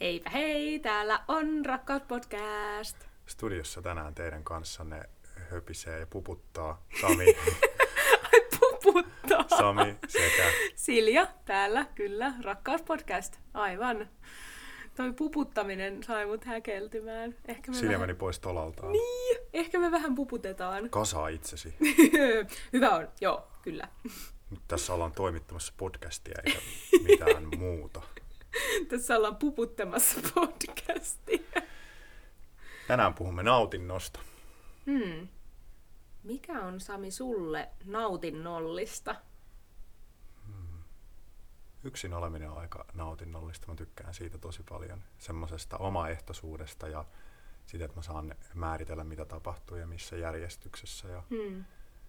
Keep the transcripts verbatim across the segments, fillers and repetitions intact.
Heipä hei, täällä on Rakkauspodcast. Studiossa tänään teidän kanssanne höpisee ja puputtaa Sami. Ai puputtaa. Sami sekä Silja täällä, kyllä, Rakkauspodcast, aivan. Toi puputtaminen sai mut häkeltymään. Ehkä me Silja vähän... meni pois tolaltaan. Niin, ehkä me vähän puputetaan. Kasaa itsesi. Hyvä on, joo, kyllä. Nyt tässä ollaan toimittamassa podcastia eikä mitään muuta. Tässä ollaan puputtamassa podcastia. Tänään puhumme nautinnosta. Hmm. Mikä on, Sami, sulle nautinnollista? Hmm. Yksin oleminen on aika nautinnollista. Mä tykkään siitä tosi paljon. Semmosesta omaehtoisuudesta ja siitä, että mä saan määritellä, mitä tapahtuu ja missä järjestyksessä. Ja, Hmm.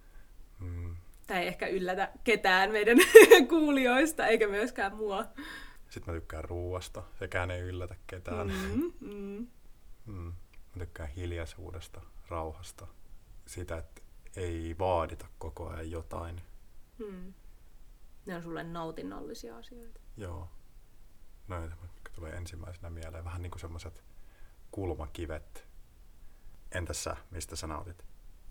hmm. Tämä ei ehkä yllätä ketään meidän kuulijoista, eikä myöskään mua. Sitten mä tykkään ruuasta. Sekään ei yllätä ketään. Mm, mm. Mm. Mä tykkään hiljaisuudesta, rauhasta. Sitä, että ei vaadita koko ajan jotain. Mm. Ne on sulle nautinnollisia asioita. Joo. Noita, jotka tulee ensimmäisenä mieleen. Vähän niin kuin semmoiset kulmakivet. Entäs sä, mistä sä nautit?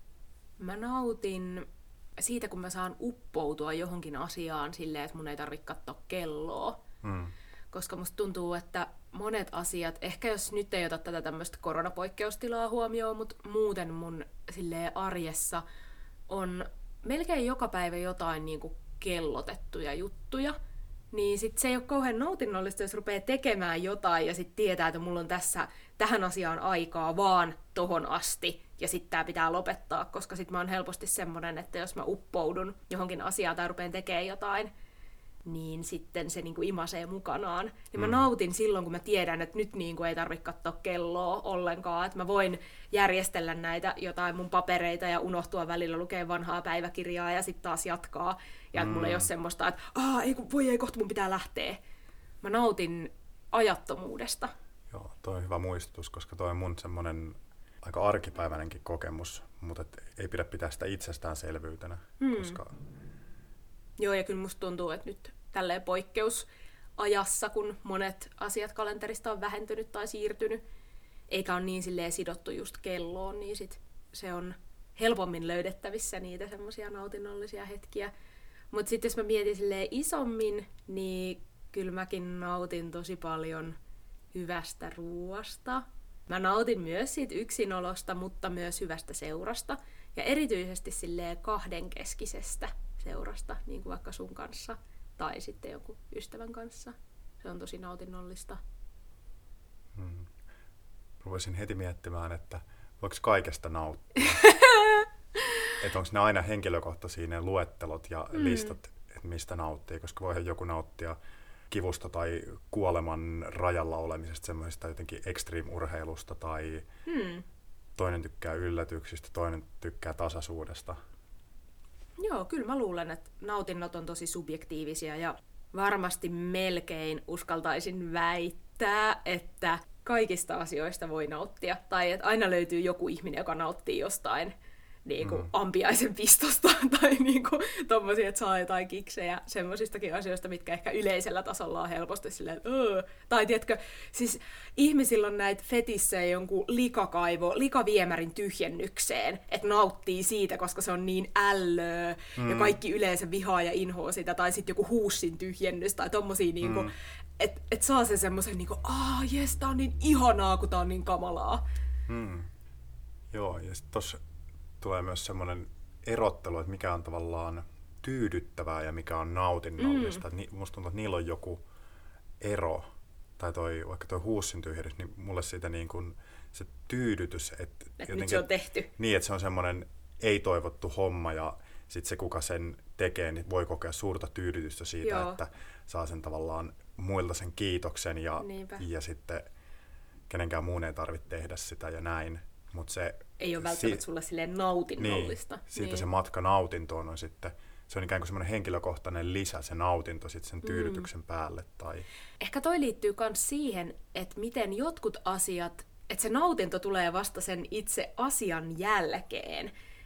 Mä nautin siitä, kun mä saan uppoutua johonkin asiaan silleen, että mun ei tarvitse katsoa kelloa. Mm. Koska musta tuntuu, että monet asiat, ehkä jos nyt ei ota tätä tämmöistä koronapoikkeustilaa huomioon, mutta muuten mun silleen arjessa on melkein joka päivä jotain niin kuin kellotettuja juttuja, niin sit se ei ole kauhean nautinnollista, jos rupeaa tekemään jotain ja sit tietää, että mulla on tässä tähän asiaan aikaa vaan tohon asti, ja sit tää pitää lopettaa, koska sit mä oon helposti semmonen, että jos mä uppoudun johonkin asiaan tai rupean tekemään jotain, niin sitten se niinku imasee mukanaan. Ja mä mm. nautin silloin, kun mä tiedän, että nyt niinku ei tarvitse katsoa kelloa ollenkaan, että mä voin järjestellä näitä jotain mun papereita ja unohtua välillä lukea vanhaa päiväkirjaa ja sitten taas jatkaa. Ja että mm. mulla ei ole semmoista, että Aa, ei, voi ei, kohta mun pitää lähteä. Mä nautin ajattomuudesta. Joo, toi on hyvä muistutus, koska toi on mun semmonen aika arkipäiväinenkin kokemus, mutta et ei pidä pitää sitä itsestäänselvyytenä, mm. koska... Joo, ja kyllä musta tuntuu, että nyt tälleen poikkeusajassa, kun monet asiat kalenterista on vähentynyt tai siirtynyt, eikä ole niin silleen sidottu just kelloon, niin sit se on helpommin löydettävissä niitä semmoisia nautinnollisia hetkiä. Mutta sitten jos mä mietin silleen isommin, niin kyllä mäkin nautin tosi paljon hyvästä ruuasta. Mä nautin myös siitä yksinolosta, mutta myös hyvästä seurasta. Ja erityisesti silleen kahdenkeskisestä seurasta, niin kuin vaikka sun kanssa tai sitten jonkun ystävän kanssa. Se on tosi nautinnollista. Hmm. Ruvoisin heti miettimään, että voiko kaikesta nauttia? Että onko ne aina henkilökohtaisia ne luettelot ja hmm. listat, että mistä nauttii, koska voihan joku nauttia kivusta tai kuoleman rajalla olemisesta, semmoisesta jotenkin extreme-urheilusta tai hmm. toinen tykkää yllätyksistä, toinen tykkää tasaisuudesta. Joo, kyllä mä luulen, että nautinnot on tosi subjektiivisia ja varmasti melkein uskaltaisin väittää, että kaikista asioista voi nauttia. Tai että aina löytyy joku ihminen, joka nauttii jostain niin kuin mm. ampiaisen pistosta tai niin kuin tommosia, että saa jotain kiksejä semmosistakin asioista, mitkä ehkä yleisellä tasolla on helposti silleen, öö. Tai tiedätkö, siis ihmisillä on näitä fetissejä jonkun likakaivo, likaviemärin tyhjennykseen, että nauttii siitä, koska se on niin ällöä mm. ja kaikki yleensä vihaa ja inhoa sitä, tai sitten joku huussin tyhjennys tai tommosia niinku, mm. että et saa sen semmoisen niinku, aah jes, tää on niin ihanaa, kun tää on niin kamalaa. Mm. Joo, ja sit tossa tulee myös semmoinen erottelu, että mikä on tavallaan tyydyttävää ja mikä on nautinnollista. Mm. Musta tuntuu, että niillä on joku ero. Tai toi, vaikka toi huussin tyhjennys, niin mulle siitä niin kuin se tyydytys, että et nyt se on tehty. Niin, että se on semmoinen ei-toivottu homma ja sitten se, kuka sen tekee, niin voi kokea suurta tyydytystä siitä, Joo. että saa sen tavallaan muilta sen kiitoksen ja, ja sitten kenenkään muun ei tarvitse tehdä sitä ja näin. Mut se, ei ole välttämättä si- sulle silleen nautinnollista. Niin, siitä niin. se matka nautintoon on sitten, se on ikään kuin semmoinen henkilökohtainen lisä, se nautinto sitten sen tyydytyksen mm. päälle. Tai... Ehkä toi liittyy myös siihen, että miten jotkut asiat, että se nautinto tulee vasta sen itse asian jälkeen.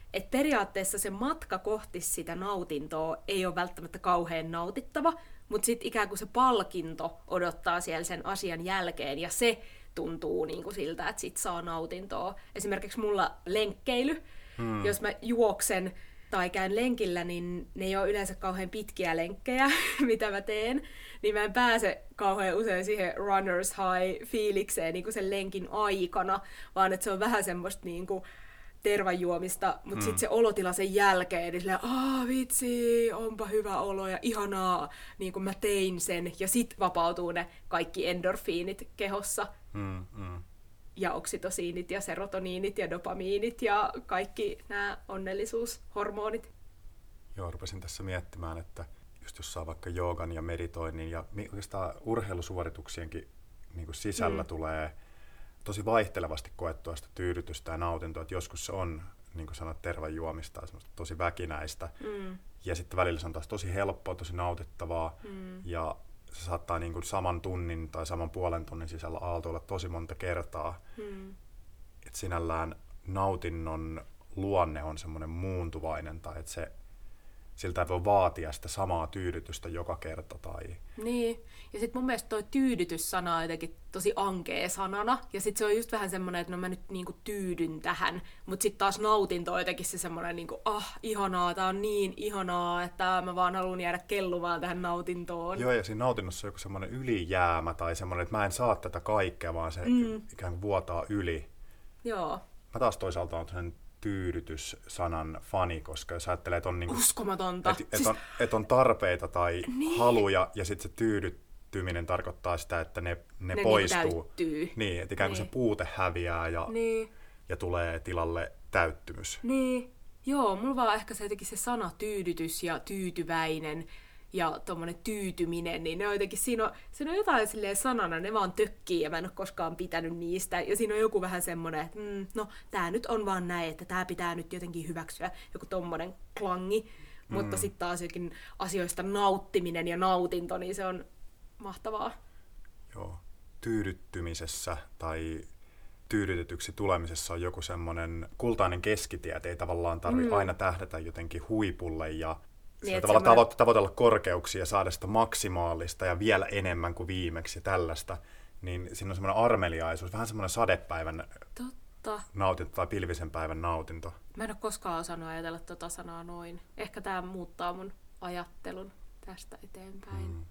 että periaatteessa se matka kohti sitä nautintoa ei ole välttämättä kauhean nautittava, mutta sitten ikään kuin se palkinto odottaa siellä sen asian jälkeen, ja se tuntuu niin kuin siltä, että sit saa nautintoa. Esimerkiksi mulla lenkkeily, hmm. jos mä juoksen tai käyn lenkillä, niin ne ei ole yleensä kauhean pitkiä lenkkejä, mitä mä teen, niin mä en pääse kauhean usein siihen runners high-fiilikseen niin kuin sen lenkin aikana, vaan että se on vähän semmoista niin kuin tervanjuomista, mutta mm. sitten se olotila sen jälkeen, niin silleen, aah vitsi, onpa hyvä olo ja ihanaa, niin kuin mä tein sen, ja sit vapautuu ne kaikki endorfiinit kehossa, mm, mm. ja oksitosiinit ja serotoniinit ja dopamiinit ja kaikki nämä onnellisuushormonit. Joo, rupesin tässä miettimään, että just jos saa vaikka joogan ja meditoinnin ja oikeastaan urheilusuorituksienkin niin kuin sisällä mm. tulee tosi vaihtelevasti koettua sitä tyydytystä ja nautintoa, että joskus se on, niin kuin sanoit, tervanjuomista, semmoista tosi väkinäistä, mm. ja sitten välillä se on taas tosi helppoa, tosi nautittavaa, mm. ja se saattaa niin kuin saman tunnin tai saman puolen tunnin sisällä aaltoilla tosi monta kertaa. Mm. Että sinällään nautinnon luonne on semmoinen muuntuvainen, tai että se siltä ei voi vaatia sitä samaa tyydytystä joka kerta. Tai... Niin, ja sitten mun mielestä toi tyydytyssana on jotenkin tosi ankea sanana, ja sitten se on just vähän semmoinen, että no mä nyt niinku tyydyn tähän, mutta sitten taas nautinto on jotenkin se semmoinen, niinku, ah, ihanaa, tää on niin ihanaa, että mä vaan haluan jäädä kellumaan tähän nautintoon. Joo, ja siinä nautinnossa on joku semmoinen ylijäämä, tai semmoinen, että mä en saa tätä kaikkea, vaan se mm. ikään kuin vuotaa yli. Joo. Mä taas toisaalta on sen tyydytys-sanan fani, koska jos ajattelee, että on, niinku, uskomatonta. Et, et siis... on, et on tarpeita tai niin. haluja, ja sitten se tyydyttyminen tarkoittaa sitä, että ne, ne, ne poistuu. Niin, niin, että ikään kuin niin. se puute häviää ja, niin. ja tulee tilalle täyttymys. Niin, joo, mulla vaan ehkä se jotenkin se sana tyydytys ja tyytyväinen ja tommonen tyytyminen, niin ne on jotenkin, siinä on, siinä on jotain silleen sanana, ne vaan tökkii ja mä en ole koskaan pitänyt niistä. Ja siinä on joku vähän semmonen, että mm, no tää nyt on vaan näin, että tää pitää nyt jotenkin hyväksyä, joku tommonen klangi. Mm. Mutta sitten taas jokin asioista nauttiminen ja nautinto, niin se on mahtavaa. Joo, tyydyttymisessä tai tyydytetyksi tulemisessa on joku semmonen kultainen keskitie, että ei tavallaan tarvitse mm. aina tähdätä jotenkin huipulle ja niin, tavallaan semmoinen... tavo- tavoitella korkeuksia ja saada sitä maksimaalista ja vielä enemmän kuin viimeksi ja tällaista, niin siinä on semmoinen armeliaisuus, vähän semmoinen sadepäivän Totta. nautinto tai pilvisen päivän nautinto. Mä en ole koskaan osannut ajatella tota sanaa noin. Ehkä tää muuttaa mun ajattelun tästä eteenpäin. Mm.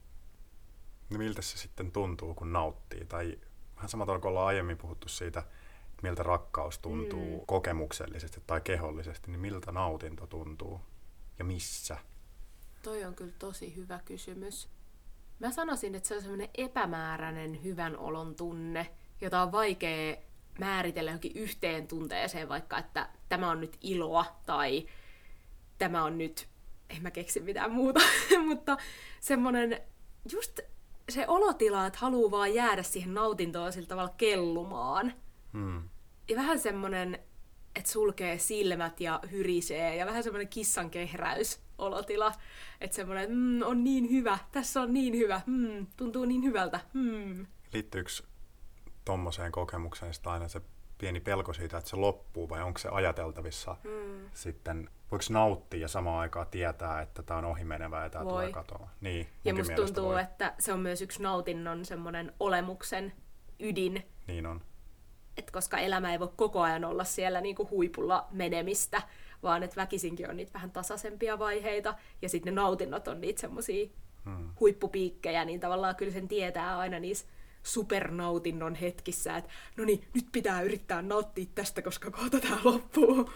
No miltä se sitten tuntuu, kun nauttii? Tai vähän samalla tavalla, kun ollaan aiemmin puhuttu siitä, miltä rakkaus tuntuu mm. kokemuksellisesti tai kehollisesti, niin miltä nautinto tuntuu? Ja missä? Toi on kyllä tosi hyvä kysymys. Mä sanoisin, että se on semmoinen epämääräinen hyvän olon tunne, jota on vaikea määritellä johonkin yhteen tunteeseen, vaikka että tämä on nyt iloa tai tämä on nyt, en mä keksi mitään muuta, mutta semmoinen just se olotila, että haluaa vaan jäädä siihen nautintoon sillä tavalla kellumaan. Hmm. Ja vähän semmoinen, että sulkee silmät ja hyrisee, ja vähän semmoinen kissan kehräys olotila, että semmoinen, että mm, on niin hyvä, tässä on niin hyvä, mm, tuntuu niin hyvältä. Mm. Liittyykö tommoseen kokemukseen sitä aina se pieni pelko siitä, että se loppuu, vai onko se ajateltavissa mm. sitten, voiko nauttia ja samaan aikaan tietää, että tämä on ohimenevä ja tämä tulee katoamaan? Niin, ja musta tuntuu, voi. Että se on myös yksi nautinnon semmoinen olemuksen ydin. Niin on. Et koska elämä ei voi koko ajan olla siellä niinku huipulla menemistä, vaan että väkisinkin on niitä vähän tasaisempia vaiheita, ja sitten ne nautinnot on niitä semmosia hmm. huippupiikkejä, niin tavallaan kyllä sen tietää aina niissä supernautinnon hetkissä, että no niin, nyt pitää yrittää nauttia tästä, koska kohta tää loppuu.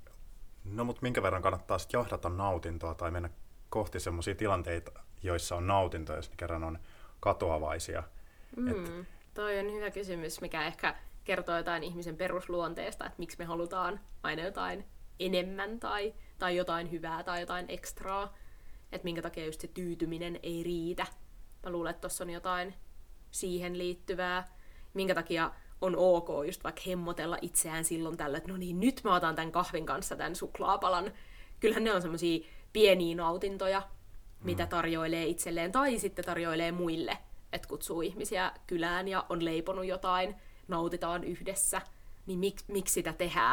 No mut minkä verran kannattaa sitten jahdata nautintoa tai mennä kohti semmosia tilanteita, joissa on nautintoa, jos ne kerran on katoavaisia? Mm, Et... Toi on hyvä kysymys, mikä ehkä kertoo jotain ihmisen perusluonteesta, että miksi me halutaan aina jotain enemmän tai, tai jotain hyvää tai jotain ekstraa. Että minkä takia just se tyytyminen ei riitä. Mä luulen, että tossa on jotain siihen liittyvää. Minkä takia on ok just vaikka hemmotella itseään silloin tällä, että no niin, nyt mä otan tämän kahvin kanssa tämän suklaapalan. Kyllähän ne on semmosia pieniä nautintoja, mm. mitä tarjoilee itselleen tai sitten tarjoilee muille. Että kutsuu ihmisiä kylään ja on leiponut jotain, nautitaan yhdessä. Niin mik, miksi sitä tehdään?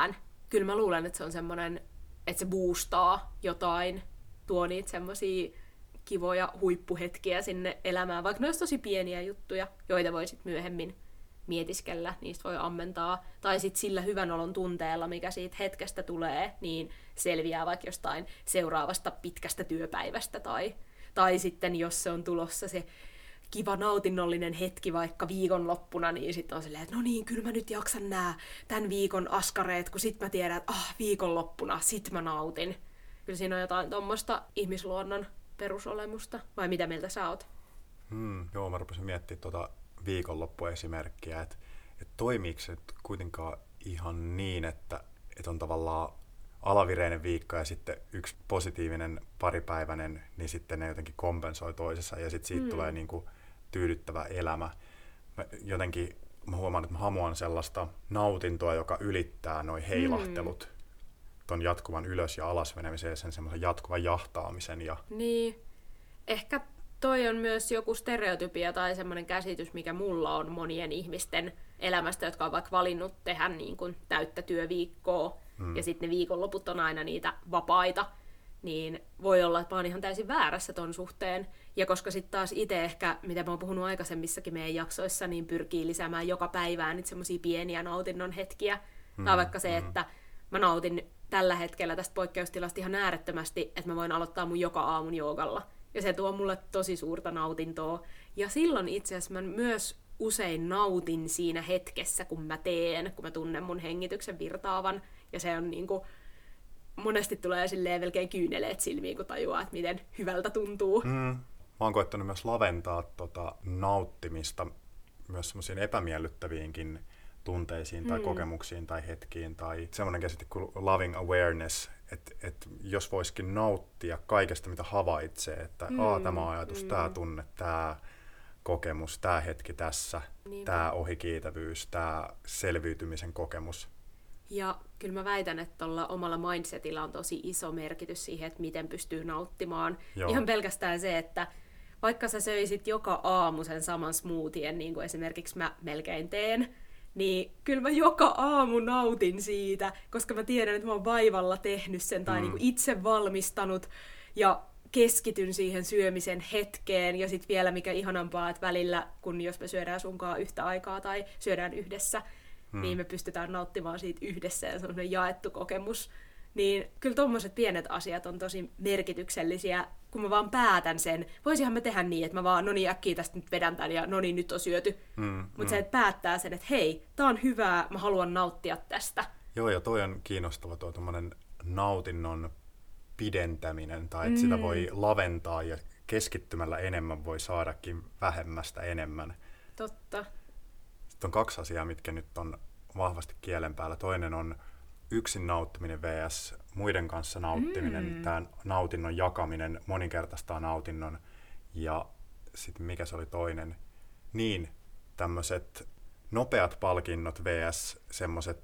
kyllä mä luulen, että se on semmoinen, että se boostaa jotain, tuo niitä semmosia kivoja huippuhetkiä sinne elämään, vaikka ne olisi tosi pieniä juttuja, joita voisit myöhemmin mietiskellä, niistä voi ammentaa. Tai sitten sillä hyvän olon tunteella, mikä siitä hetkestä tulee, niin selviää vaikka jostain seuraavasta pitkästä työpäivästä. Tai, tai sitten jos se on tulossa se kiva nautinnollinen hetki vaikka viikonloppuna, niin sitten on silleen, että no niin, kyllä mä nyt jaksan nää tämän viikon askareet, kun sit mä tiedän, että ah, viikonloppuna, sit mä nautin. Kyllä siinä on jotain tommoista ihmisluonnon perusolemusta. Vai mitä mieltä sä oot? Hmm, joo, mä rupesin miettimään tuota viikonloppuesimerkkiä, että et toimiiko se kuitenkaan ihan niin, että et on tavallaan alavireinen viikko ja sitten yksi positiivinen paripäiväinen, niin sitten ne jotenkin kompensoi toisessa ja sitten siitä mm. tulee niinku tyydyttävä elämä. Mä jotenkin mä huomaan, että mä hamuan sellaista nautintoa, joka ylittää noi heilahtelut, mm. ton jatkuvan ylös- ja alasmenemisen ja sen semmoisen jatkuvan jahtaamisen. Ja... Niin, ehkä toi on myös joku stereotypia tai semmoinen käsitys, mikä mulla on monien ihmisten elämästä, jotka on vaikka valinnut tehdä niin kuin täyttä työviikkoa, mm. ja sitten ne viikonloput on aina niitä vapaita, niin voi olla, että mä oon ihan täysin väärässä ton suhteen. Ja koska sitten taas itse ehkä, mitä mä oon puhunut aikaisemmissakin meidän jaksoissa, niin pyrkii lisäämään joka päivään niitä semmosia pieniä nautinnon hetkiä. Mm. Tai vaikka se, mm. että mä nautin tällä hetkellä tästä poikkeustilasta ihan äärettömästi, että mä voin aloittaa mun joka aamun joogalla. Ja se tuo mulle tosi suurta nautintoa. Ja silloin itse asiassa mä myös usein nautin siinä hetkessä, kun mä teen, kun mä tunnen mun hengityksen virtaavan. Ja se on niinku, monesti tulee silleen melkein kyyneleet silmiin, kun tajuaa, että miten hyvältä tuntuu. Mm. Mä oon koettanut myös laventaa tota nauttimista myös semmoisiin epämiellyttäviinkin tunteisiin tai mm. kokemuksiin tai hetkiin. Tai semmoinen käsite kuin loving awareness, että et jos voisikin nauttia kaikesta, mitä havaitsee, että mm. Aa, tämä ajatus, mm. tämä tunne, tämä kokemus, tämä hetki tässä, Niinpä. Tämä ohikiitävyys, tämä selviytymisen kokemus. Ja kyllä mä väitän, että tuolla omalla mindsetillä on tosi iso merkitys siihen, että miten pystyy nauttimaan. Joo. Ihan pelkästään se, että vaikka sä söisit joka aamu sen saman smoothien, niin kuin esimerkiksi mä melkein teen, niin kyllä mä joka aamu nautin siitä, koska mä tiedän, että mä oon vaivalla tehnyt sen tai mm. niin kuin itse valmistanut ja keskityn siihen syömisen hetkeen. Ja sitten vielä mikä ihanampaa, että välillä, kun jos me syödään sunkaan yhtä aikaa tai syödään yhdessä, hmm. niin me pystytään nauttimaan siitä yhdessä ja semmoinen jaettu kokemus. Niin kyllä tommoset pienet asiat on tosi merkityksellisiä, kun mä vaan päätän sen. Voisihan me tehdä niin, että mä vaan, no niin äkkiä tästä nyt vedän tän ja no niin nyt on syöty. Hmm. Mutta hmm. se, että päättää sen, että hei, tää on hyvää, mä haluan nauttia tästä. Joo, ja toi on kiinnostava tuo tommonen nautinnon pidentäminen, tai että mm. sitä voi laventaa ja keskittymällä enemmän voi saadakin vähemmästä enemmän. Totta. Sitten on kaksi asiaa, mitkä nyt on vahvasti kielen päällä. Toinen on yksin nauttiminen versus muiden kanssa nauttiminen. Mm. Tämä nautinnon jakaminen moninkertaistaa nautinnon. Ja sitten mikä se oli toinen? Niin, tämmöiset nopeat palkinnot versus semmoiset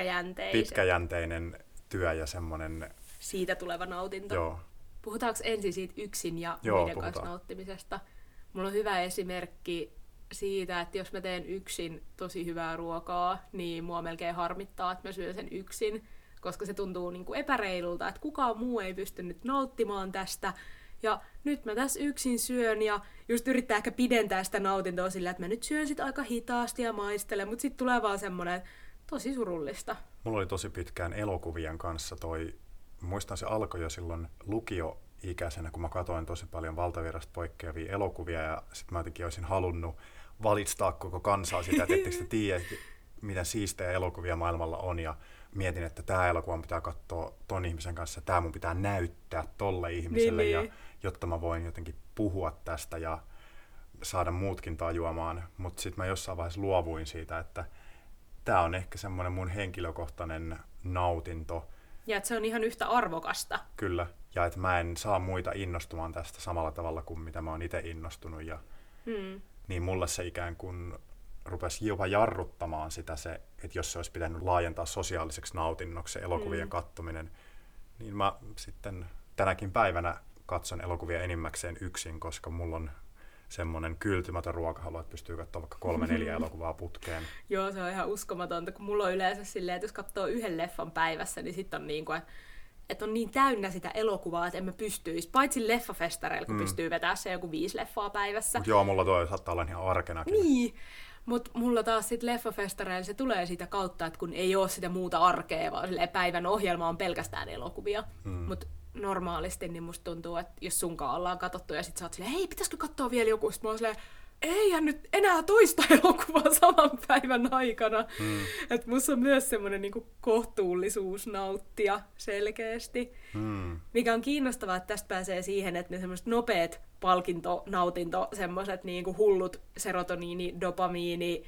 pitkäjänteinen työ ja semmoinen siitä tuleva nautinto. Joo. Puhutaanko ensin siitä yksin ja Joo, muiden puhutaan. kanssa nauttimisesta? Mulla on hyvä esimerkki siitä, että jos mä teen yksin tosi hyvää ruokaa, niin mua melkein harmittaa, että mä syön sen yksin, koska se tuntuu niin kuin epäreilulta, että kukaan muu ei pysty nyt nauttimaan tästä. Ja nyt mä tässä yksin syön ja just yrittää ehkä pidentää sitä nautintoa sillä, että mä nyt syön sit aika hitaasti ja maistelen, mutta sitten tulee vaan semmoinen tosi surullista. Mulla oli tosi pitkään elokuvien kanssa toi. Muistan, se alkoi jo silloin lukioikäisenä, kun mä katsoin tosi paljon valtavirrasta poikkeavia elokuvia ja sitten mä jotenkin olisin halunnut valittaa koko kansaa sitä, että ettekö te tiedä, miten siistejä elokuvia maailmalla on ja mietin, että tämä elokuva pitää katsoa ton ihmisen kanssa, tämä mun pitää näyttää tolle ihmiselle, niin, ja, niin. jotta mä voin jotenkin puhua tästä ja saada muutkin tajuamaan, mutta sitten mä jossain vaiheessa luovuin siitä, että tämä on ehkä semmoinen mun henkilökohtainen nautinto. Ja että se on ihan yhtä arvokasta. Kyllä, ja että mä en saa muita innostumaan tästä samalla tavalla kuin mitä mä oon itse innostunut. Ja hmm. niin mulle se ikään kuin rupesi jopa jarruttamaan sitä se, että jos se olisi pitänyt laajentaa sosiaaliseksi nautinnoksi se elokuvien hmm. kattominen, niin mä sitten tänäkin päivänä katson elokuvia enimmäkseen yksin, koska mulla on semmoinen kyltymätön ruokahalu, että pystyy katsomaan vaikka kolme neljä elokuvaa putkeen. Joo, se on ihan uskomatonta, kun mulla on yleensä silleen, että jos katsoo yhden leffan päivässä, niin sitten on niin kuin, että on niin täynnä sitä elokuvaa, että en mä pystyisi, paitsi leffafestareilla, kun mm. pystyy vetämään se joku viisi leffaa päivässä. Mut joo, mulla toi saattaa olla ihan arkenakin. Niin, mutta mulla taas sitten leffafestareilla se tulee sitä kautta, että kun ei ole sitä muuta arkea, vaan päivän ohjelma on pelkästään elokuvia. Mm. Mutta normaalisti niin musta tuntuu, että jos sunkaan ollaan katsottu ja sit sä oot silleen, hei, pitäisikö katsoa vielä joku? Sit mä oon silleen, eihän nyt enää toista elokuvaa saman päivän aikana. Mm. Että musta on myös semmoinen niinku kohtuullisuus nauttia selkeästi. Mm. Mikä on kiinnostavaa, että tästä pääsee siihen, että ne semmoiset nopeat palkinto, nautinto, semmoiset niinku hullut serotoniini, dopamiini,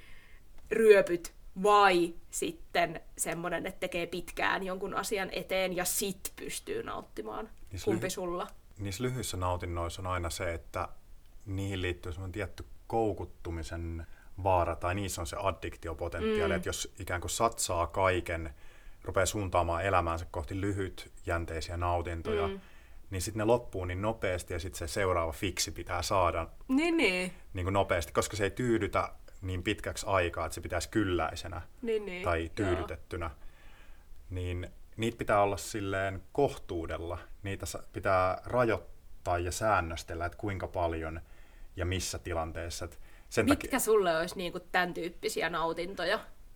ryöpyt, vai sitten semmoinen, että tekee pitkään jonkun asian eteen ja sit pystyy nauttimaan. Niissä Kumpi lyhy- sulla? Niissä lyhyissä nautinnoissa on aina se, että niihin liittyy semmoinen tietty koukuttumisen vaara, tai niissä on se addiktiopotentiaali, mm. että jos ikään kuin satsaa kaiken, rupeaa suuntaamaan elämäänsä kohti lyhytjänteisiä nautintoja, mm. niin sitten ne loppuu niin nopeasti, ja sitten se seuraava fiksi pitää saada niin, niin. Niin kuin nopeasti, koska se ei tyydytä niin pitkäksi aikaa, että se pitäisi kylläisenä niin, niin. tai tyydytettynä. Joo. Niin niitä pitää olla silleen kohtuudella. Niitä pitää rajoittaa ja säännöstellä, että kuinka paljon ja missä tilanteessa. Sen Mitkä takia... sulle olisi niinku tämän tyyppisiä nautintoja?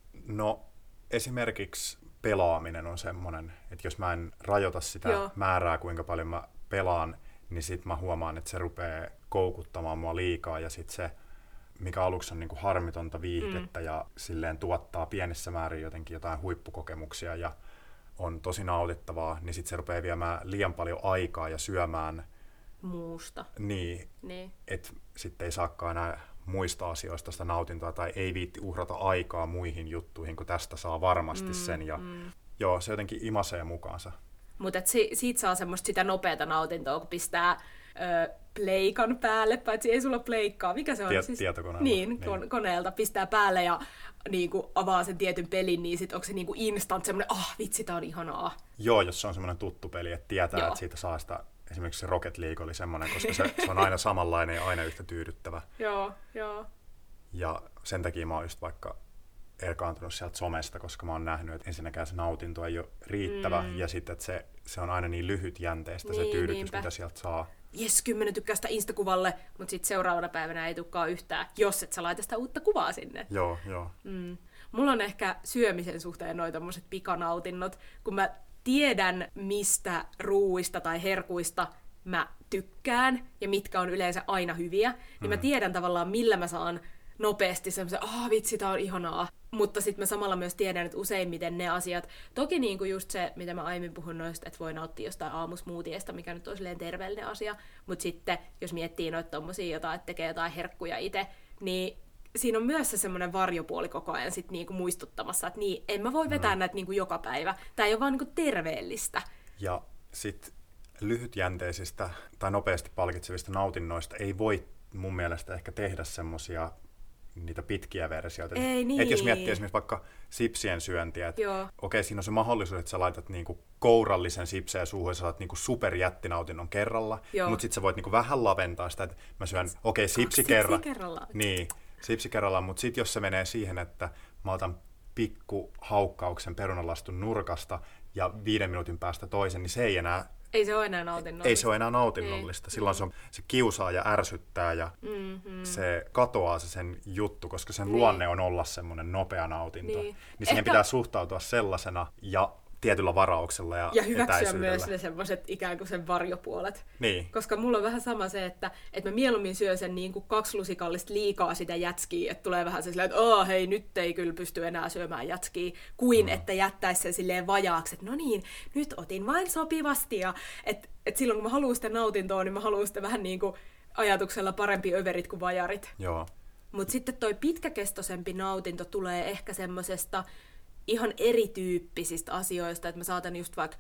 No esimerkiksi pelaaminen on semmoinen, että jos mä en rajoita sitä Joo. määrää, kuinka paljon mä pelaan, niin sit mä huomaan, että se rupeaa koukuttamaan mua liikaa ja sit se mikä aluksi on niin kuin harmitonta viihdettä mm. ja silleen tuottaa pienissä määrin jotenkin jotain huippukokemuksia ja on tosi nautittavaa, niin sitten se rupeaa viemään liian paljon aikaa ja syömään muusta. Niin, niin. että sitten ei saakaan enää muista asioista sitä nautintoa tai ei viitti uhrata aikaa muihin juttuihin, kun tästä saa varmasti mm, sen. Ja mm. joo, se jotenkin imasee mukaansa. Mutta si- siitä saa semmoista sitä nopeata nautintoa, kun pistää ö, pleikan päälle, paitsi ei sulla pleikkaa. Mikä se on? Tiet- siis, tietokoneelta. Niin, niin. koneelta pistää päälle ja niin kuin avaa sen tietyn pelin, niin sit onko se niin kuin instant semmoinen, ah vitsi, tää on ihanaa. Joo, jos se on semmoinen tuttu peli, että tietää, Joo. että siitä saa sitä, esimerkiksi se Rocket League oli semmoinen, koska se, se on aina samanlainen ja aina yhtä tyydyttävä. Joo, joo. Ja sen takia mä oon just vaikka erkaantunut sieltä somesta, koska mä oon nähnyt, että ensinnäkään se nautinto ei ole riittävä, mm. ja sitten, että se, se on aina niin lyhytjänteistä niin, se tyydytys, niinpä. Mitä sieltä saa. Jes, kymmenen tykkäystä Instakuvalle, mutta sitten seuraavana päivänä ei tulekaan yhtään, jos et sä laita sitä uutta kuvaa sinne. Joo, joo. Mm. Mulla on ehkä syömisen suhteen noi tommoset pikanautinnot, kun mä tiedän, mistä ruuista tai herkuista mä tykkään, ja mitkä on yleensä aina hyviä, niin mm. mä tiedän tavallaan, millä mä saan nopeasti semmoisen, ah vitsi, tää on ihanaa. Mutta sitten mä samalla myös tiedän, että useimmiten ne asiat, toki niinku just se, mitä mä aiemmin puhun noista, että voi nauttia jostain aamusmuutiesta, mikä nyt on silleen terveellinen asia, mutta sitten jos miettii noita tommosia jotain, että tekee jotain herkkuja itse, niin siinä on myös se semmoinen varjopuoli koko ajan sit niinku muistuttamassa, että niin, en mä voi vetää mm. näitä niinku joka päivä. Tää ei ole vaan niinku terveellistä. Ja sit lyhytjänteisistä tai nopeasti palkitsevista nautinnoista ei voi mun mielestä ehkä tehdä semmosia niitä pitkiä versioita. Ei niin. Et jos miettii esimerkiksi vaikka sipsien syöntiä, että okei, okay, siinä on se mahdollisuus, että sä laitat niinku kourallisen sipsejä suuhun ja sä saat niinku superjättinautinnon kerralla, mutta sit sä voit niinku vähän laventaa sitä, että mä syön, okei, okay, sipsi kerran. kerrallaan. Niin, sipsi kerrallaan, mutta sit jos se menee siihen, että mä otan pikku haukkauksen perunalastun nurkasta ja viiden minuutin päästä toisen, niin se ei enää Ei se ole enää nautinnollista. Ei se ole enää nautinnollista. Ei. Silloin se, on, se kiusaa ja ärsyttää ja mm-hmm. se katoaa se sen juttu, koska sen niin. luonne on olla semmoinen nopea nautinto. Niin, niin siihen Ehkä... pitää suhtautua sellaisena ja tietyllä varauksella ja Ja hyväksyä etäisyydellä. myös ne semmoiset ikään kuin sen varjopuolet. Niin. Koska mulla on vähän sama se, että, että mä mieluummin syön sen niin kuin kaksilusikallista liikaa sitä jätskiä, että tulee vähän se silleen, että oh, hei, nyt ei kyllä pysty enää syömään jätskiä, kuin mm. että jättäisi sen silleen vajaaksi, että no niin, nyt otin vain sopivasti. Ja että et silloin kun mä haluan sitä nautintoa, niin mä haluan sitä vähän niin kuin ajatuksella parempi överit kuin vajarit. Joo. Mutta sitten toi pitkäkestoisempi nautinto tulee ehkä semmosesta ihan erityyppisistä asioista, että mä saatan just vaikka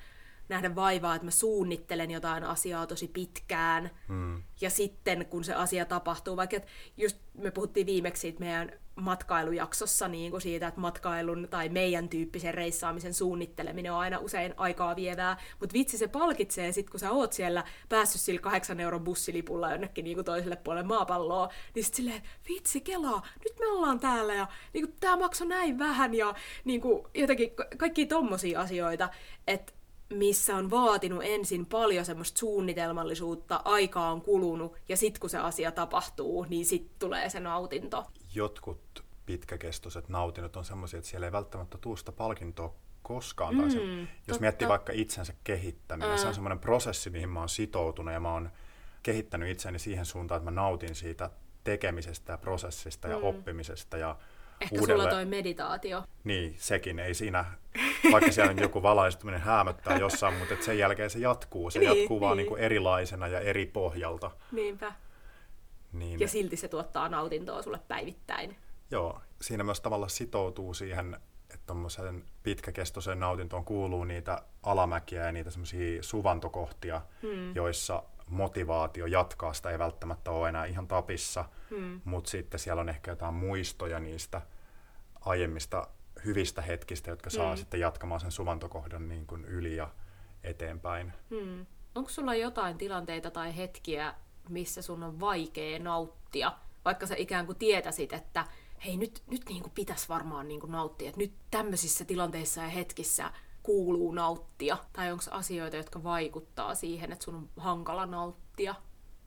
nähdä vaivaa, että mä suunnittelen jotain asiaa tosi pitkään. Mm. Ja sitten kun se asia tapahtuu, vaikka että just me puhuttiin viimeksi siitä meidän matkailujaksossa niin kuin siitä, että matkailun tai meidän tyyppisen reissaamisen suunnitteleminen on aina usein aikaa vievää, mutta vitsi se palkitsee sit, kun sä oot siellä päässyt sillä kahdeksan euron bussilipulla jonnekin niin kuin toiselle puolelle maapalloa, niin sit silleen, vitsi kelaa, nyt me ollaan täällä ja niin kuin, tää maksoi näin vähän ja niin kuin, jotenkin kaikkia tommosia asioita, että missä on vaatinut ensin paljon semmoista suunnitelmallisuutta, aikaa on kulunut, ja sitten kun se asia tapahtuu, niin sitten tulee se nautinto. Jotkut pitkäkestoiset nautinnot on semmoisia, että siellä ei välttämättä tule sitä palkintoa koskaan. Tai se, Mm, jos totta. miettii vaikka itsensä kehittäminen, Ää. se on semmoinen prosessi, mihin mä oon sitoutunut, ja mä oon kehittänyt itseni siihen suuntaan, että mä nautin siitä tekemisestä ja prosessista ja Mm. oppimisesta. Ja Ehkä uudelle... sulla toi meditaatio. Niin, sekin ei siinä, vaikka siellä nyt joku valaistuminen häämöttää jossain, mutta et sen jälkeen se jatkuu. Se Niin, jatkuu vaan niin. niinku erilaisena ja eri pohjalta. Niinpä. Niin, Ja silti se tuottaa nautintoa sulle päivittäin. joo, siinä myös tavallaan sitoutuu siihen, että tuommoisen pitkäkestoiseen nautintoon kuuluu niitä alamäkiä ja niitä semmoisia suvantokohtia, Hmm. joissa motivaatio jatkaa sitä ei välttämättä ole enää ihan tapissa, Hmm. mutta sitten siellä on ehkä jotain muistoja niistä aiemmista hyvistä hetkistä, jotka saa Mm. sitten jatkamaan sen suvantokohdan niin kuin yli ja eteenpäin. Hmm. Onko sulla jotain tilanteita tai hetkiä, missä sun on vaikea nauttia, vaikka sä ikään kuin tietäisit, että hei nyt, nyt niin kuin pitäisi varmaan niin kuin nauttia, että nyt tämmöisissä tilanteissa ja hetkissä kuuluu nauttia, tai onko asioita, jotka vaikuttaa siihen, että sun on hankala nauttia?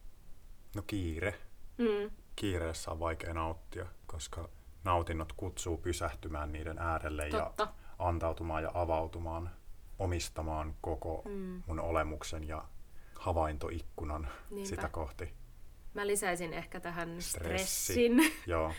No kiire. Mm. Kiireessä on vaikea nauttia, koska nautinnot kutsuu pysähtymään niiden äärelle Totta. ja antautumaan ja avautumaan, omistamaan koko Mm. mun olemuksen ja havaintoikkunan Niinpä. sitä kohti. Mä lisäisin ehkä tähän Stressi. stressin. Joo,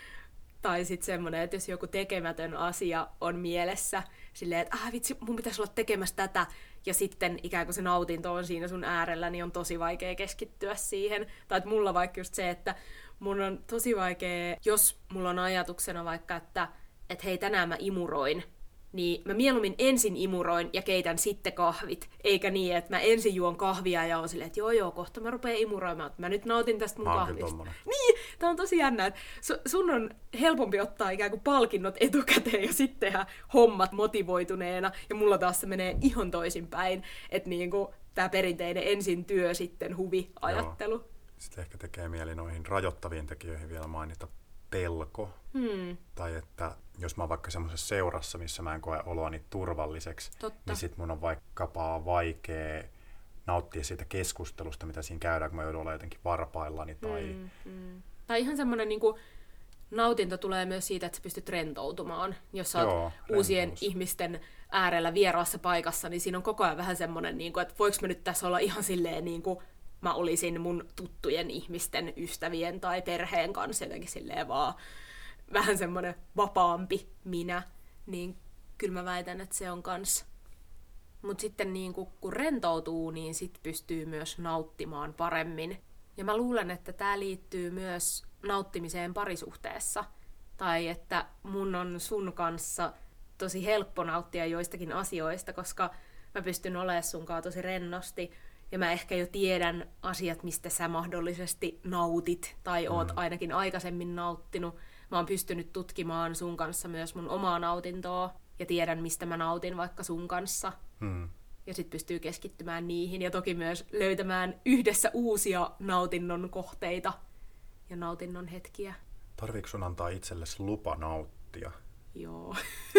Tai sitten semmoinen, että jos joku tekemätön asia on mielessä, silleen, että ah vitsi, mun pitäisi olla tekemässä tätä, ja sitten ikään kuin se nautinto on siinä sun äärellä, niin on tosi vaikea keskittyä siihen. Tai että mulla vaikka just se, että mun on tosi vaikea, jos mulla on ajatuksena vaikka, että et hei tänään mä imuroin, niin mä mieluummin ensin imuroin ja keitän sitten kahvit, eikä niin, että mä ensin juon kahvia ja on silleen, että joo joo, kohta mä rupean imuroimaan, että mä nyt nautin tästä mun mä oon kyllä kahvista. tommonen. Niin, tää on tosi jännä, että su- sun on helpompi ottaa ikään kuin palkinnot etukäteen ja sitten tehdä hommat motivoituneena, ja mulla taas se menee ihan toisinpäin, että niinku tää perinteinen ensin työ, sitten huvi-ajattelu. Sitten ehkä tekee mieli noihin rajoittaviin tekijöihin vielä mainita pelko. Hmm, Tai että jos mä oon vaikka semmoisessa seurassa, missä mä en koe oloani turvalliseksi, totta. niin sit mun on vaikkapa vaikea nauttia siitä keskustelusta, mitä siinä käydään, kun mä joudun olemaan jotenkin varpaillani. Tai... Mm, mm. Tai ihan semmoinen niinku, nautinto tulee myös siitä, että sä pystyt rentoutumaan. Jos sä oot Joo, uusien rentous. ihmisten äärellä vieraassa paikassa, niin siinä on koko ajan vähän semmoinen, niinku, että voiko mä nyt tässä olla ihan silleen, niin kuin mä olisin mun tuttujen ihmisten, ystävien tai perheen kanssa jotenkin silleen vaan vähän semmoinen vapaampi minä. Niin kyllä mä väitän, että se on kans. Mutta sitten niin kun, kun rentoutuu, niin sit pystyy myös nauttimaan paremmin. Ja mä luulen, että tää liittyy myös nauttimiseen parisuhteessa. Tai että mun on sun kanssa tosi helppo nauttia joistakin asioista, koska mä pystyn olemaan sunkaan tosi rennosti. Ja mä ehkä jo tiedän asiat, mistä sä mahdollisesti nautit, tai oot Mm. ainakin aikaisemmin nauttinut. Mä oon pystynyt tutkimaan sun kanssa myös mun omaa nautintoa, ja tiedän, mistä mä nautin vaikka sun kanssa. Hmm. Ja sit pystyy keskittymään niihin, ja toki myös löytämään yhdessä uusia nautinnon kohteita ja nautinnon hetkiä. Tarviiko sun antaa itsellesi lupa nauttia? Joo.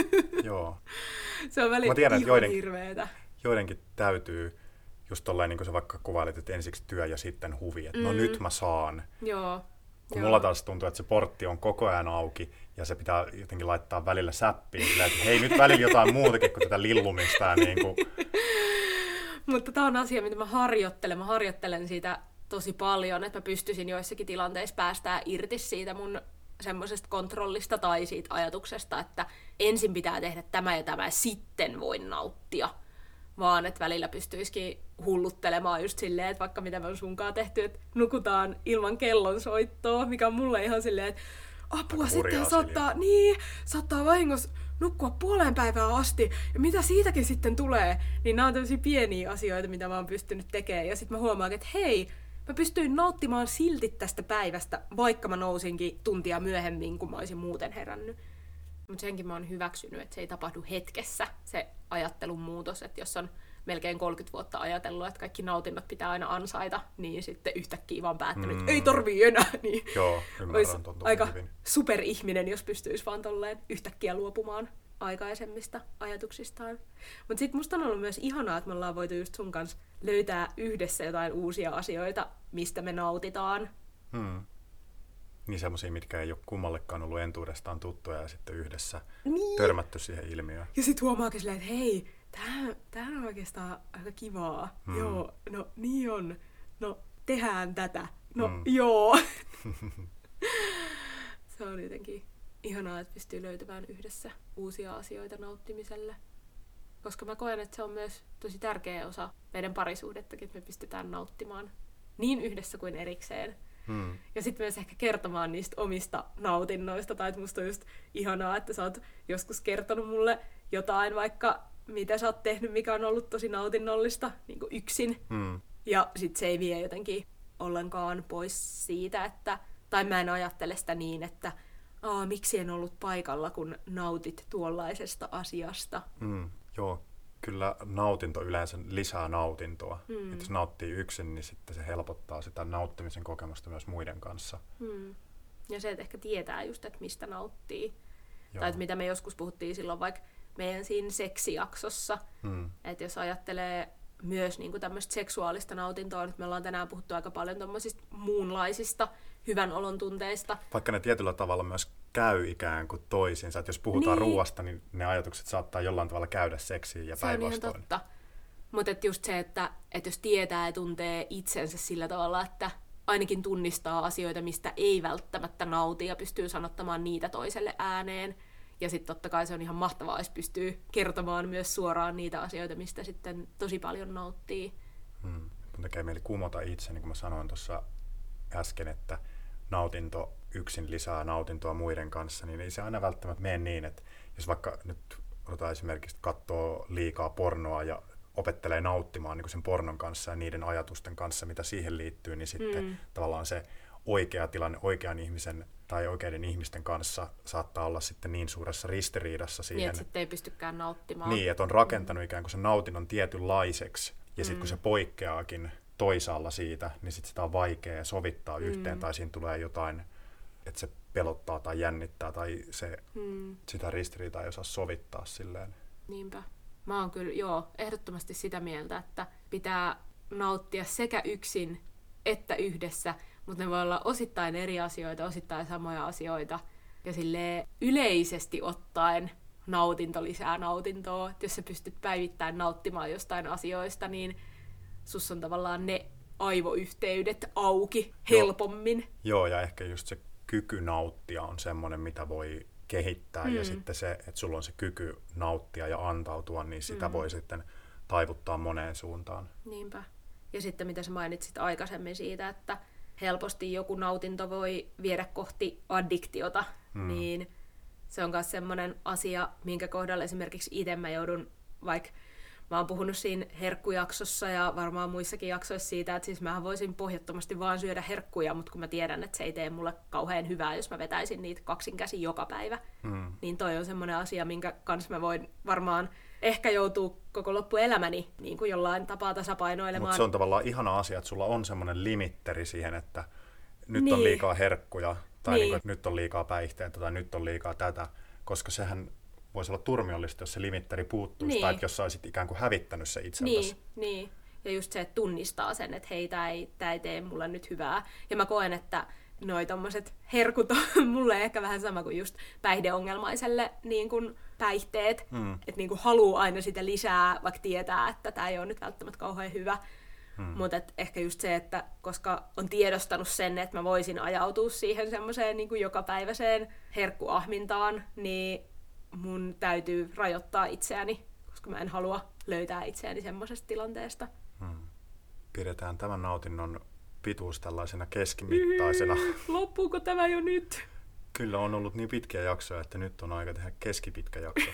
Joo. Se on välillä Mä tiedän, ihan että joiden- hirveetä. Joidenkin täytyy just tolleen, niin kuin sä vaikka kuvailit, että ensiksi työ ja sitten huvi. Että no Mm. nyt mä saan. Joo. Kun Joo. mulla taas tuntuu, että se portti on koko ajan auki ja se pitää jotenkin laittaa välillä säppiin. Sillä, että hei, nyt välillä jotain muutakin kuin tätä lillumista. Ja niin kuin... Mutta tämä on asia, mitä mä harjoittelen. Mä harjoittelen siitä tosi paljon, että mä pystyisin joissakin tilanteissa päästää irti siitä mun semmoisesta kontrollista tai siitä ajatuksesta, että ensin pitää tehdä tämä ja tämä ja sitten voin nauttia. Vaan että välillä pystyisikin hulluttelemaan just silleen, että vaikka mitä me on sunkaan tehty, että nukutaan ilman kellonsoittoa, mikä on mulle ihan silleen, että apua, sitten saattaa, niin, saattaa vahingossa nukkua puoleen päivään asti, ja mitä siitäkin sitten tulee, niin nämä on tämmöisiä pieniä asioita, mitä mä oon pystynyt tekemään, ja sitten mä huomaan, että hei, mä pystyin nauttimaan silti tästä päivästä, vaikka mä nousinkin tuntia myöhemmin, kun mä olisin muuten herännyt. Mutta senkin mä oon hyväksynyt, että se ei tapahdu hetkessä, se ajattelun muutos, että jos on melkein kolmekymmentä vuotta ajatellut, että kaikki nautinnot pitää aina ansaita, niin sitten yhtäkkiä vaan päättänyt, mm. että ei tarvii enää, niin Joo, olisi aika hyvin. superihminen, jos pystyisi vaan tolleen yhtäkkiä luopumaan aikaisemmista ajatuksistaan. Mutta sitten musta on ollut myös ihanaa, että me ollaan voitu just sun kanssa löytää yhdessä jotain uusia asioita, mistä me nautitaan. Hmm. Niin semmosia, mitkä ei ole kummallekaan ollut entuudestaan tuttuja ja sitten yhdessä niin. törmätty siihen ilmiöön. Ja sitten huomaakin silleen, että hei, tää, tää on oikeastaan aika kivaa. Hmm. Joo, no niin on. No tehdään tätä. No hmm. joo. Se on jotenkin ihanaa, että pystyy löytämään yhdessä uusia asioita nauttimiselle. Koska mä koen, että se on myös tosi tärkeä osa meidän parisuhdettakin, että me pystytään nauttimaan niin yhdessä kuin erikseen. Hmm. Ja sitten myös ehkä kertomaan niistä omista nautinnoista. Tai että musta on just ihanaa, että sä oot joskus kertonut mulle jotain, vaikka mitä sä oot tehnyt, mikä on ollut tosi nautinnollista niin kuin yksin. Hmm. Ja sit se ei vie jotenkin ollenkaan pois siitä, että... Tai mä en ajattele sitä niin, että Aa, miksi en ollut paikalla, kun nautit tuollaisesta asiasta. Hmm. Joo, kyllä nautinto yleensä lisää nautintoa. Hmm. Että jos nauttii yksin, niin sitten se helpottaa sitä nauttimisen kokemusta myös muiden kanssa. Hmm. Ja se, että ehkä tietää just, että mistä nauttii. Joo. Tai että mitä me joskus puhuttiin silloin vaikka meidän siinä seksijaksossa. Hmm. Että jos ajattelee myös niin kuin tämmöistä seksuaalista nautintoa, nyt me ollaan tänään puhuttu aika paljon tommosista muunlaisista hyvän olon tunteista. Vaikka ne tietyllä tavalla myös käy ikään kuin toisinsa. Että jos puhutaan niin. ruoasta, niin ne ajatukset saattaa jollain tavalla käydä seksiin ja päinvastoin. Se on ihan totta. Mutta just se, että et jos tietää ja tuntee itsensä sillä tavalla, että ainakin tunnistaa asioita, mistä ei välttämättä nauti ja pystyy sanottamaan niitä toiselle ääneen. Ja sitten totta kai se on ihan mahtavaa, jos pystyy kertomaan myös suoraan niitä asioita, mistä sitten tosi paljon nauttii. Hmm. Mun tekee mieli kumota itse, niin kuin mä sanoin tuossa äsken, että nautinto yksin lisää nautintoa muiden kanssa, niin ei se aina välttämättä mene niin, että jos vaikka nyt otetaan esimerkiksi katsoo liikaa pornoa ja opettelee nauttimaan niin kuin sen pornon kanssa ja niiden ajatusten kanssa, mitä siihen liittyy, niin sitten mm. tavallaan se oikea tilanne oikean ihmisen tai oikeiden ihmisten kanssa saattaa olla sitten niin suuressa ristiriidassa siihen. Niin, että sitten ei pystykään nauttimaan. Niin, että on rakentanut ikään kuin sen nautinnon tietynlaiseksi, ja sitten mm. kun se poikkeaakin toisaalla siitä, niin sitten sitä on vaikea sovittaa yhteen, mm. tai siinä tulee jotain, että se pelottaa tai jännittää, tai se, mm. sitä ristiriitaa ei osaa sovittaa silleen. Niinpä. Mä oon kyllä, joo, ehdottomasti sitä mieltä, että pitää nauttia sekä yksin että yhdessä, mutta ne voi olla osittain eri asioita, osittain samoja asioita. Ja silleen yleisesti ottaen nautinto lisää nautintoa. Et jos sä pystyt päivittäin nauttimaan jostain asioista, niin sus on tavallaan ne aivoyhteydet auki helpommin. Joo, Joo ja ehkä just se kyky nauttia on semmoinen, mitä voi kehittää. Mm. Ja sitten se, että sulla on se kyky nauttia ja antautua, niin sitä mm. voi sitten taivuttaa moneen suuntaan. Niinpä. Ja sitten mitä sä mainitsit aikaisemmin siitä, että helposti joku nautinto voi viedä kohti addiktiota, mm. niin se on myös semmoinen asia, minkä kohdalla esimerkiksi itse mä joudun, vaikka mä oon puhunut siinä herkkujaksossa ja varmaan muissakin jaksoissa siitä, että siis mähän voisin pohjattomasti vaan syödä herkkuja, mutta kun mä tiedän, että se ei tee mulle kauhean hyvää, jos mä vetäisin niitä kaksin käsin joka päivä, mm. niin toi on semmoinen asia, minkä kanssa mä voin varmaan ehkä joutuu koko loppuelämäni niin kuin jollain tapaa tasapainoilemaan. Mutta se on tavallaan ihana asia, että sulla on semmoinen limitteri siihen, että nyt niin. on liikaa herkkuja, tai niin. Niin kuin, että nyt on liikaa päihteitä, tai nyt on liikaa tätä, koska sehän voisi olla turmiollista, jos se limitteri puuttuisi, niin. tai että jos sä olisit ikään kuin hävittänyt se itseltäsi. Niin, niin. Ja just se, että tunnistaa sen, että hei, tää ei, tää ei tee mulle nyt hyvää. Ja mä koen, että noi tommoset herkut on mulle ehkä vähän sama kuin just päihdeongelmaiselle niin kuin päihteet. Mm. Että niin kuin haluu aina sitä lisää, vaikka tietää, että tää ei ole nyt välttämättä kauhean hyvä. Mm. Mutta ehkä just se, että koska on tiedostanut sen, että mä voisin ajautua siihen semmoiseen niin kuin jokapäiväiseen herkkuahmintaan, niin mun täytyy rajoittaa itseäni, koska mä en halua löytää itseäni semmoisesta tilanteesta. Hmm. Pidetään tämän nautinnon pituus tällaisena keskimittaisena. Loppuuko tämä jo nyt? Kyllä on ollut niin pitkiä jaksoja, että nyt on aika tehdä keskipitkä jakso.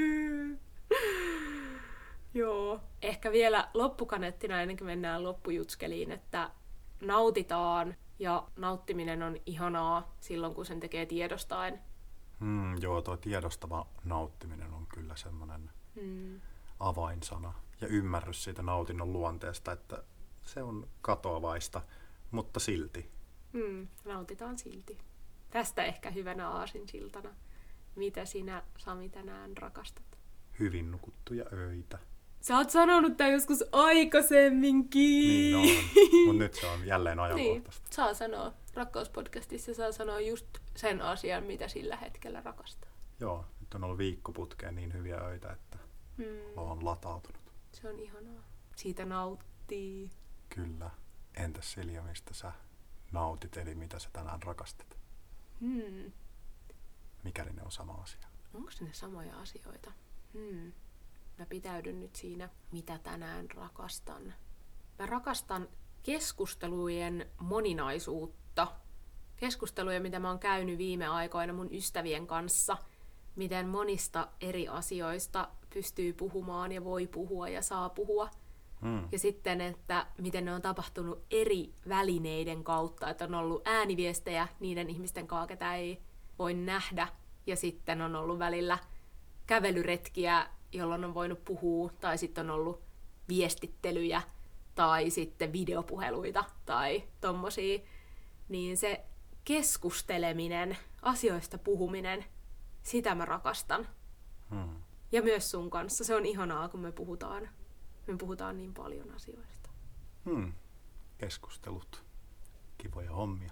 Joo. Ehkä vielä loppukaneettina ennen kuin mennään loppujutskeliin, että nautitaan ja nauttiminen on ihanaa silloin, kun sen tekee tiedostaen. Mm, joo, tuo tiedostava nauttiminen on kyllä semmoinen Mm. avainsana. Ja ymmärrys siitä nautinnon luonteesta, että se on katoavaista, mutta silti. Mm. Nautitaan silti. Tästä ehkä hyvänä aasinsiltana. Mitä sinä, Sami, tänään rakastat? Hyvin nukuttuja öitä. Sä oot sanonut tää joskus aikaisemminkin. Niin on, mutta nyt se on jälleen ajankohtaista. Niin, saa sanoa. Rakkauspodcastissa saa sanoa just sen asian, mitä sillä hetkellä rakastaa. Joo, nyt on ollut viikkoputkeen niin hyviä öitä, että Mm. on latautunut. Se on ihanaa. Siitä nauttii. Kyllä. Entäs Silja, mistä sä nautit, eli mitä sä tänään rakastat? Hmm. Mikäli ne on sama asia? Onko ne samoja asioita? Hmm. Mä pitäydyn nyt siinä, mitä tänään rakastan. Mä rakastan keskustelujen moninaisuutta. Keskusteluja, mitä mä oon käynyt viime aikoina mun ystävien kanssa. Miten monista eri asioista pystyy puhumaan ja voi puhua ja saa puhua. Hmm. Ja sitten, että miten ne on tapahtunut eri välineiden kautta. Että on ollut ääniviestejä niiden ihmisten kanssa, ketä ei voi nähdä. Ja sitten on ollut välillä kävelyretkiä, jolloin on voinut puhua. Tai sitten on ollut viestittelyjä. Tai sitten videopuheluita. Tai tommosia. Niin se keskusteleminen, asioista puhuminen, sitä mä rakastan. Hmm. Ja myös sun kanssa. Se on ihanaa, kun me puhutaan. Me puhutaan niin paljon asioista. Hmm. Keskustelut. Kivoja hommia.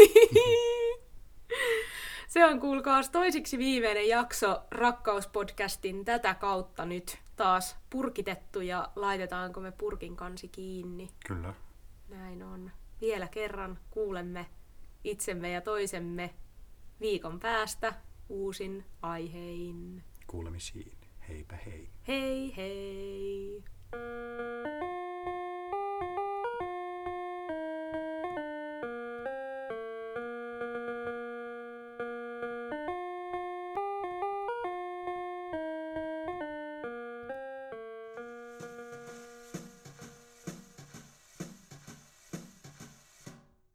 Se on, kuulkaas, toisiksi viimeinen jakso Rakkauspodcastin tätä kautta nyt taas purkitettu ja laitetaanko me purkin kansi kiinni. Kyllä. Näin on. Vielä kerran kuulemme itsemme ja toisemme viikon päästä uusin aihein. Kuulemisiin. Heipä hei. Hei hei!